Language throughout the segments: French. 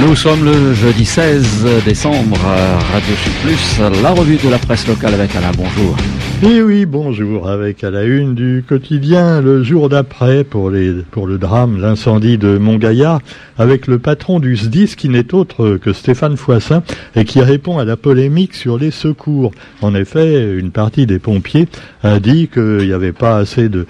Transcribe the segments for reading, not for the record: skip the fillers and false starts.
Nous sommes le jeudi 16 décembre, Radio Sud Plus, la revue de la presse locale avec Alain, bonjour. Et oui, bonjour, avec à la une du quotidien, le jour d'après pour le drame, l'incendie de Montgaillard, avec le patron du SDIS qui n'est autre que Stéphane Foissin et qui répond à la polémique sur les secours. En effet, une partie des pompiers a dit qu'il n'y avait pas assez de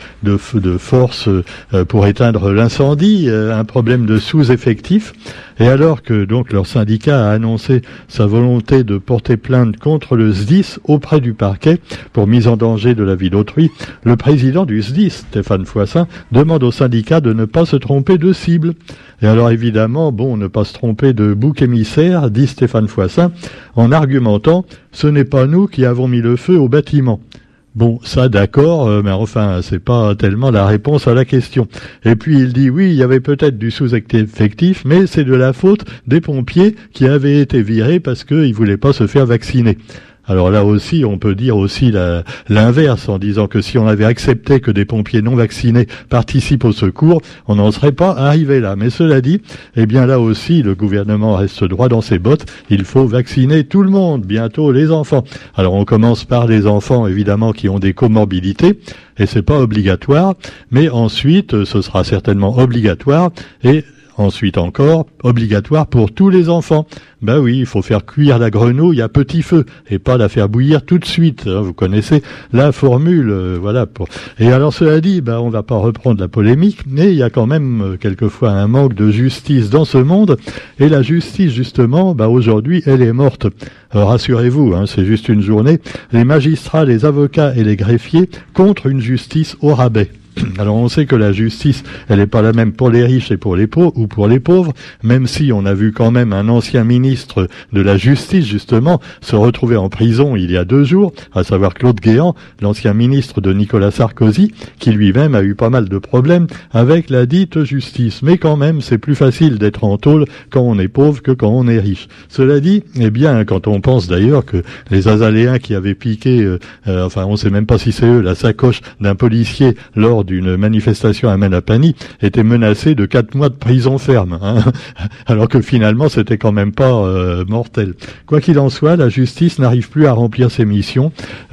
force pour éteindre l'incendie, un problème de sous-effectif. Et alors que donc leur syndicat a annoncé sa volonté de porter plainte contre le SDIS auprès du parquet pour mise en danger de la vie d'autrui, le président du SDIS, Stéphane Foissin, demande au syndicat de ne pas se tromper de cible. Et alors évidemment, ne pas se tromper de bouc émissaire, dit Stéphane Foissin, en argumentant « ce n'est pas nous qui avons mis le feu au bâtiment ». Bon, ça d'accord, mais enfin, c'est pas tellement la réponse à la question. Et puis il dit oui, il y avait peut-être du sous-effectif, mais c'est de la faute des pompiers qui avaient été virés parce qu'ils voulaient pas se faire vacciner. Alors là aussi, on peut dire aussi l'inverse en disant que si on avait accepté que des pompiers non vaccinés participent au secours, on n'en serait pas arrivé là. Mais cela dit, eh bien là aussi, le gouvernement reste droit dans ses bottes. Il faut vacciner tout le monde, bientôt les enfants. Alors on commence par les enfants, évidemment, qui ont des comorbidités, et c'est pas obligatoire, mais ensuite, ce sera certainement obligatoire, et ensuite encore, obligatoire pour tous les enfants. Ben oui, il faut faire cuire la grenouille à petit feu et pas la faire bouillir tout de suite. Vous connaissez la formule, voilà. Et alors cela dit, on va pas reprendre la polémique, mais il y a quand même quelquefois un manque de justice dans ce monde. Et la justice, justement, aujourd'hui, elle est morte. Alors, rassurez-vous, c'est juste une journée. Les magistrats, les avocats et les greffiers contre une justice au rabais. Alors on sait que la justice, elle n'est pas la même pour les riches et pour les pauvres, ou pour les pauvres, même si on a vu quand même un ancien ministre de la justice, justement, se retrouver en prison il y a 2 jours, à savoir Claude Guéant, l'ancien ministre de Nicolas Sarkozy, qui lui-même a eu pas mal de problèmes avec la dite justice. Mais quand même, c'est plus facile d'être en tôle quand on est pauvre que quand on est riche. Cela dit, quand on pense d'ailleurs que les Azaléens qui avaient piqué, on sait même pas si c'est eux, la sacoche d'un policier lors d'une manifestation à Manapani, était menacé de 4 mois de prison ferme, alors que finalement c'était quand même pas mortel. Quoi qu'il en soit, la justice n'arrive plus à remplir ses missions,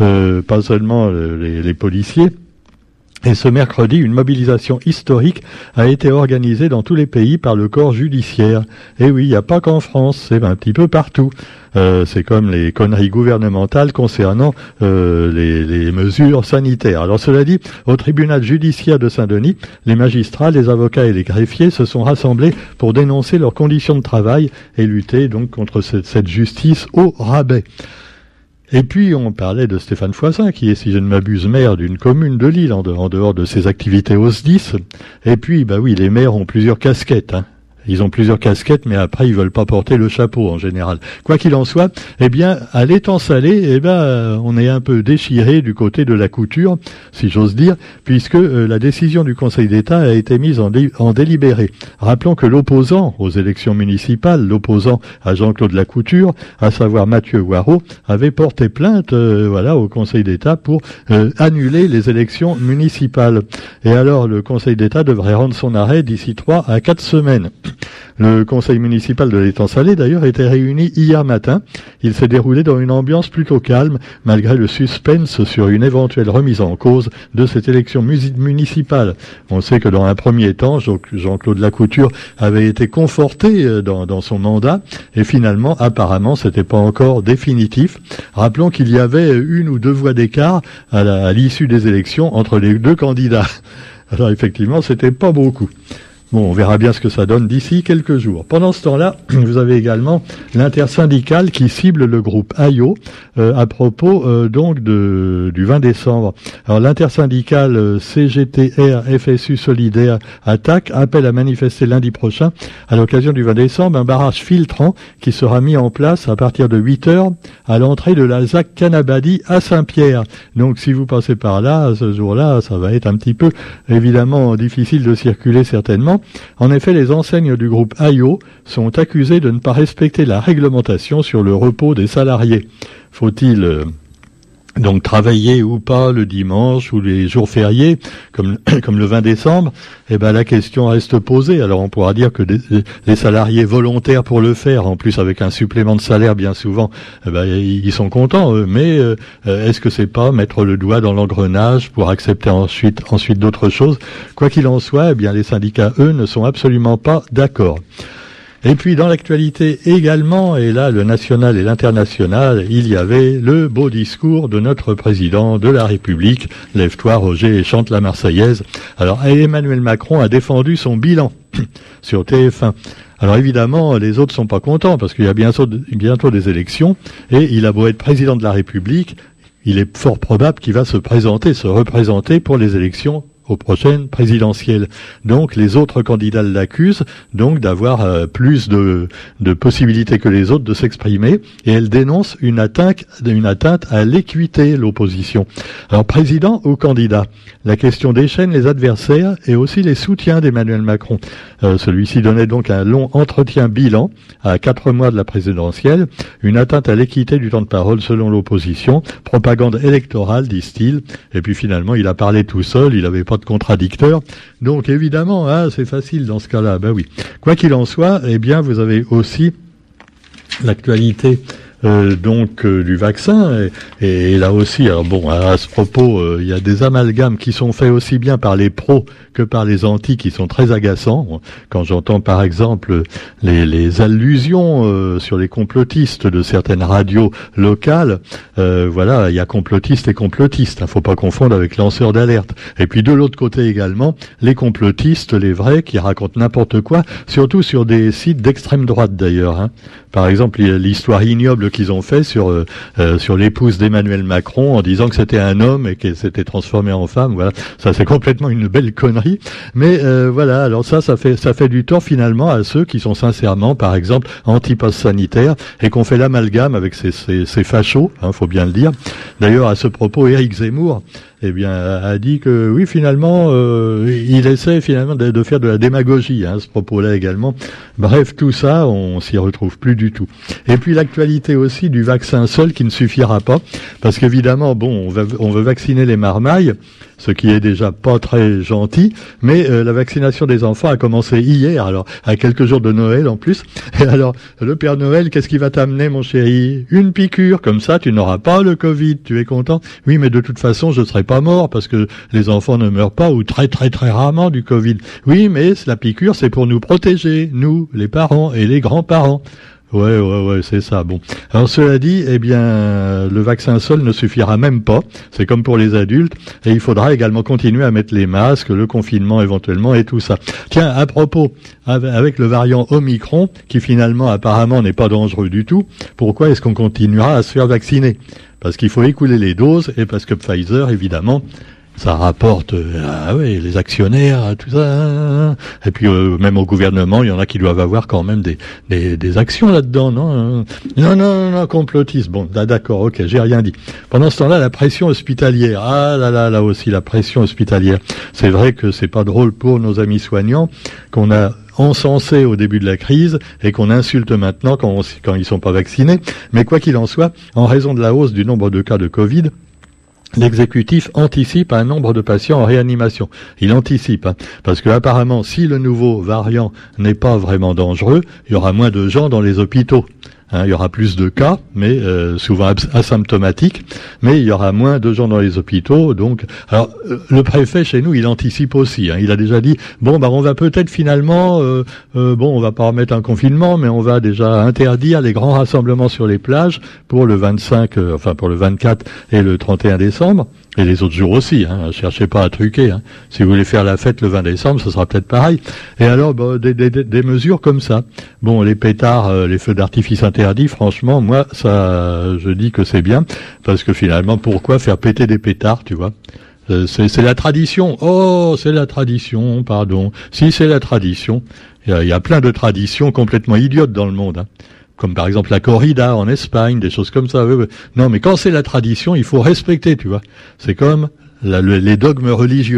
pas seulement les policiers. Et ce mercredi, une mobilisation historique a été organisée dans tous les pays par le corps judiciaire. Et oui, il n'y a pas qu'en France, c'est un petit peu partout. C'est comme les conneries gouvernementales concernant les mesures sanitaires. Alors cela dit, au tribunal judiciaire de Saint-Denis, les magistrats, les avocats et les greffiers se sont rassemblés pour dénoncer leurs conditions de travail et lutter donc contre cette justice au rabais. Et puis, on parlait de Stéphane Foissin, qui est, si je ne m'abuse, maire d'une commune de Lille, en dehors de ses activités au SDIS. Et puis, les maires ont plusieurs casquettes, Ils ont plusieurs casquettes, mais après, ils veulent pas porter le chapeau, en général. Quoi qu'il en soit, à l'étang salé, on est un peu déchiré du côté de la couture, si j'ose dire, puisque la décision du Conseil d'État a été mise en délibéré. Rappelons que l'opposant aux élections municipales, l'opposant à Jean-Claude Lacouture, à savoir Mathieu Waraud, avait porté plainte, au Conseil d'État pour annuler les élections municipales. Et alors, le Conseil d'État devrait rendre son arrêt d'ici 3 à 4 semaines. Le conseil municipal de l'étang salé, d'ailleurs, était réuni hier matin. Il s'est déroulé dans une ambiance plutôt calme, malgré le suspense sur une éventuelle remise en cause de cette élection municipale. On sait que dans un premier temps, Jean-Claude Lacouture avait été conforté dans son mandat, et finalement, apparemment, c'était pas encore définitif. Rappelons qu'il y avait 1 ou 2 voix d'écart à l'issue des élections entre les 2 candidats. Alors effectivement, c'était pas beaucoup. Bon, on verra bien ce que ça donne d'ici quelques jours. Pendant ce temps-là, vous avez également l'intersyndicale qui cible le groupe AYO à propos du 20 décembre. Alors l'intersyndicale CGTR FSU Solidaire Attaque appelle à manifester lundi prochain à l'occasion du 20 décembre un barrage filtrant qui sera mis en place à partir de 8h à l'entrée de la ZAC Canabadi à Saint-Pierre. Donc si vous passez par là, ce jour-là, ça va être un petit peu évidemment difficile de circuler certainement. En effet, les enseignes du groupe AYO sont accusées de ne pas respecter la réglementation sur le repos des salariés. Faut-il Donc travailler ou pas le dimanche ou les jours fériés, comme le 20 décembre, la question reste posée. Alors on pourra dire que les salariés volontaires pour le faire, en plus avec un supplément de salaire bien souvent, ils sont contents, eux. Mais est-ce que c'est pas mettre le doigt dans l'engrenage pour accepter ensuite d'autres choses? Quoi qu'il en soit, les syndicats, eux, ne sont absolument pas d'accord. Et puis dans l'actualité également, et là le national et l'international, il y avait le beau discours de notre président de la République. Lève-toi Roger et chante la Marseillaise. Alors Emmanuel Macron a défendu son bilan sur TF1. Alors évidemment, les autres sont pas contents parce qu'il y a bientôt des élections et il a beau être président de la République, il est fort probable qu'il va se représenter pour les élections aux prochaines présidentielles. Donc les autres candidats l'accusent donc d'avoir plus de possibilités que les autres de s'exprimer, et elle dénonce une atteinte à l'équité, l'opposition. Alors président ou candidat, la question déchaîne les adversaires et aussi les soutiens d'Emmanuel Macron. Celui-ci donnait donc un long entretien bilan à 4 mois de la présidentielle, une atteinte à l'équité du temps de parole selon l'opposition, propagande électorale, disent-ils, et puis finalement il a parlé tout seul, il n'avait pas de contradicteur. Donc évidemment, c'est facile dans ce cas-là. Oui. Quoi qu'il en soit, vous avez aussi l'actualité du vaccin et là aussi, à ce propos, il y a des amalgames qui sont faits aussi bien par les pros que par les antis qui sont très agaçants. Quand j'entends par exemple les allusions sur les complotistes de certaines radios locales, il y a complotistes et complotistes, faut pas confondre avec lanceurs d'alerte. Et puis de l'autre côté également, les complotistes, les vrais, qui racontent n'importe quoi, surtout sur des sites d'extrême droite d'ailleurs. Par exemple, l'histoire ignoble qu'ils ont fait sur l'épouse d'Emmanuel Macron en disant que c'était un homme et qu'elle s'était transformée en femme. Voilà, ça c'est complètement une belle connerie. Mais alors ça fait du tort finalement à ceux qui sont sincèrement, par exemple, anti-pass sanitaire et qu'on fait l'amalgame avec ces fachos, faut bien le dire. D'ailleurs, à ce propos, Éric Zemmour a dit que oui, finalement, il essaie finalement de faire de la démagogie, ce propos-là également. Bref, tout ça, on s'y retrouve plus du tout. Et puis l'actualité aussi du vaccin seul qui ne suffira pas, parce qu'évidemment, on veut vacciner les marmailles, ce qui est déjà pas très gentil, mais la vaccination des enfants a commencé hier, alors à quelques jours de Noël en plus. Et alors, le Père Noël, qu'est-ce qu'il va t'amener, mon chéri? Une piqûre, comme ça tu n'auras pas le Covid, tu es content? Oui, mais de toute façon, je serai pas mort, parce que les enfants ne meurent pas, ou très très très rarement du Covid. Oui, mais la piqûre, c'est pour nous protéger, nous, les parents et les grands-parents. Ouais, c'est ça. Bon. Alors cela dit, le vaccin seul ne suffira même pas. C'est comme pour les adultes. Et il faudra également continuer à mettre les masques, le confinement éventuellement et tout ça. Tiens, à propos, avec le variant Omicron, qui finalement apparemment n'est pas dangereux du tout, pourquoi est-ce qu'on continuera à se faire vacciner? Parce qu'il faut écouler les doses et parce que Pfizer, évidemment, ça rapporte, les actionnaires, tout ça. Et puis même au gouvernement, il y en a qui doivent avoir quand même des actions là-dedans, non? Non, complotiste. Bon, d'accord, ok, j'ai rien dit. Pendant ce temps-là, la pression hospitalière. Là aussi, la pression hospitalière. C'est vrai que c'est pas drôle pour nos amis soignants qu'on a encensé au début de la crise et qu'on insulte maintenant quand ils sont pas vaccinés. Mais quoi qu'il en soit, en raison de la hausse du nombre de cas de Covid, l'exécutif anticipe un nombre de patients en réanimation. Il anticipe, parce que apparemment, si le nouveau variant n'est pas vraiment dangereux, il y aura moins de gens dans les hôpitaux. Il y aura plus de cas, mais souvent asymptomatiques, mais il y aura moins de gens dans les hôpitaux. Donc, alors le préfet chez nous, il anticipe aussi. Il a déjà dit on va peut-être finalement, on va pas remettre un confinement, mais on va déjà interdire les grands rassemblements sur les plages pour le 25, pour le 24 et le 31 décembre. Et les autres jours aussi, cherchez pas à truquer. Si vous voulez faire la fête le 20 décembre, ce sera peut-être pareil. Et alors, des mesures comme ça. Bon, les pétards, les feux d'artifice interdits, franchement, moi, ça, je dis que c'est bien, parce que finalement, pourquoi faire péter des pétards, tu vois? C'est la tradition. Oh, c'est la tradition, pardon. Si c'est la tradition, il y a plein de traditions complètement idiotes dans le monde, comme par exemple la corrida en Espagne, des choses comme ça. Non, mais quand c'est la tradition, il faut respecter, tu vois. C'est comme les dogmes religieux.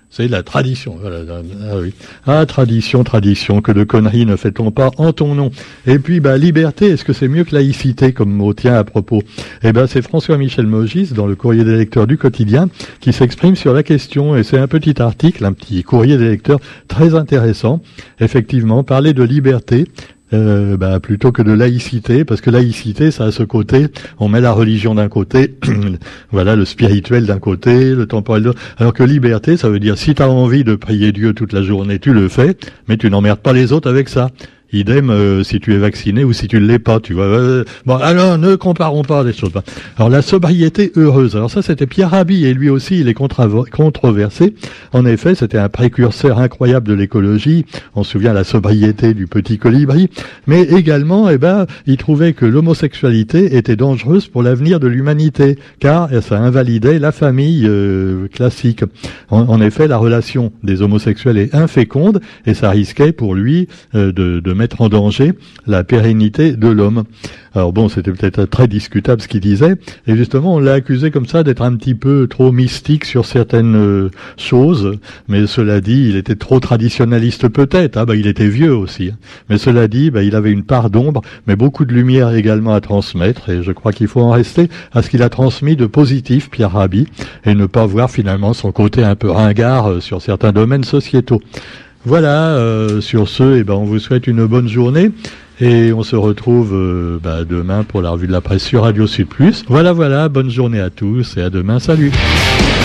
C'est la tradition. Voilà. Ah oui. Ah, tradition, que de conneries ne fait-on pas en ton nom. Et puis, liberté, est-ce que c'est mieux que laïcité comme mot? Tiens, à propos. C'est François-Michel Mogis, dans le courrier des lecteurs du quotidien, qui s'exprime sur la question. Et c'est un petit article, un petit courrier des lecteurs très intéressant. Effectivement, parler de liberté. Plutôt que de laïcité, parce que laïcité, ça a ce côté, on met la religion d'un côté, voilà, le spirituel d'un côté, le temporel de l'autre, alors que liberté, ça veut dire, si tu as envie de prier Dieu toute la journée, tu le fais, mais tu n'emmerdes pas les autres avec ça. Idem si tu es vacciné ou si tu ne l'es pas, tu vois. Alors ne comparons pas des choses. Alors la sobriété heureuse. Alors ça c'était Pierre Rabhi et lui aussi il est controversé. En effet c'était un précurseur incroyable de l'écologie. On se souvient la sobriété du petit colibri. Mais également il trouvait que l'homosexualité était dangereuse pour l'avenir de l'humanité car ça invalidait la famille classique. En effet la relation des homosexuels est inféconde et ça risquait pour lui de mettre en danger la pérennité de l'homme. Alors bon, c'était peut-être très discutable ce qu'il disait, et justement on l'a accusé comme ça d'être un petit peu trop mystique sur certaines choses, mais cela dit, il était trop traditionnaliste peut-être, il était vieux aussi, mais cela dit, il avait une part d'ombre, mais beaucoup de lumière également à transmettre, et je crois qu'il faut en rester à ce qu'il a transmis de positif, Pierre Rabhi, et ne pas voir finalement son côté un peu ringard sur certains domaines sociétaux. Voilà, sur ce, on vous souhaite une bonne journée et on se retrouve demain pour la revue de la presse sur Radio Sud Plus. Voilà, bonne journée à tous et à demain, salut.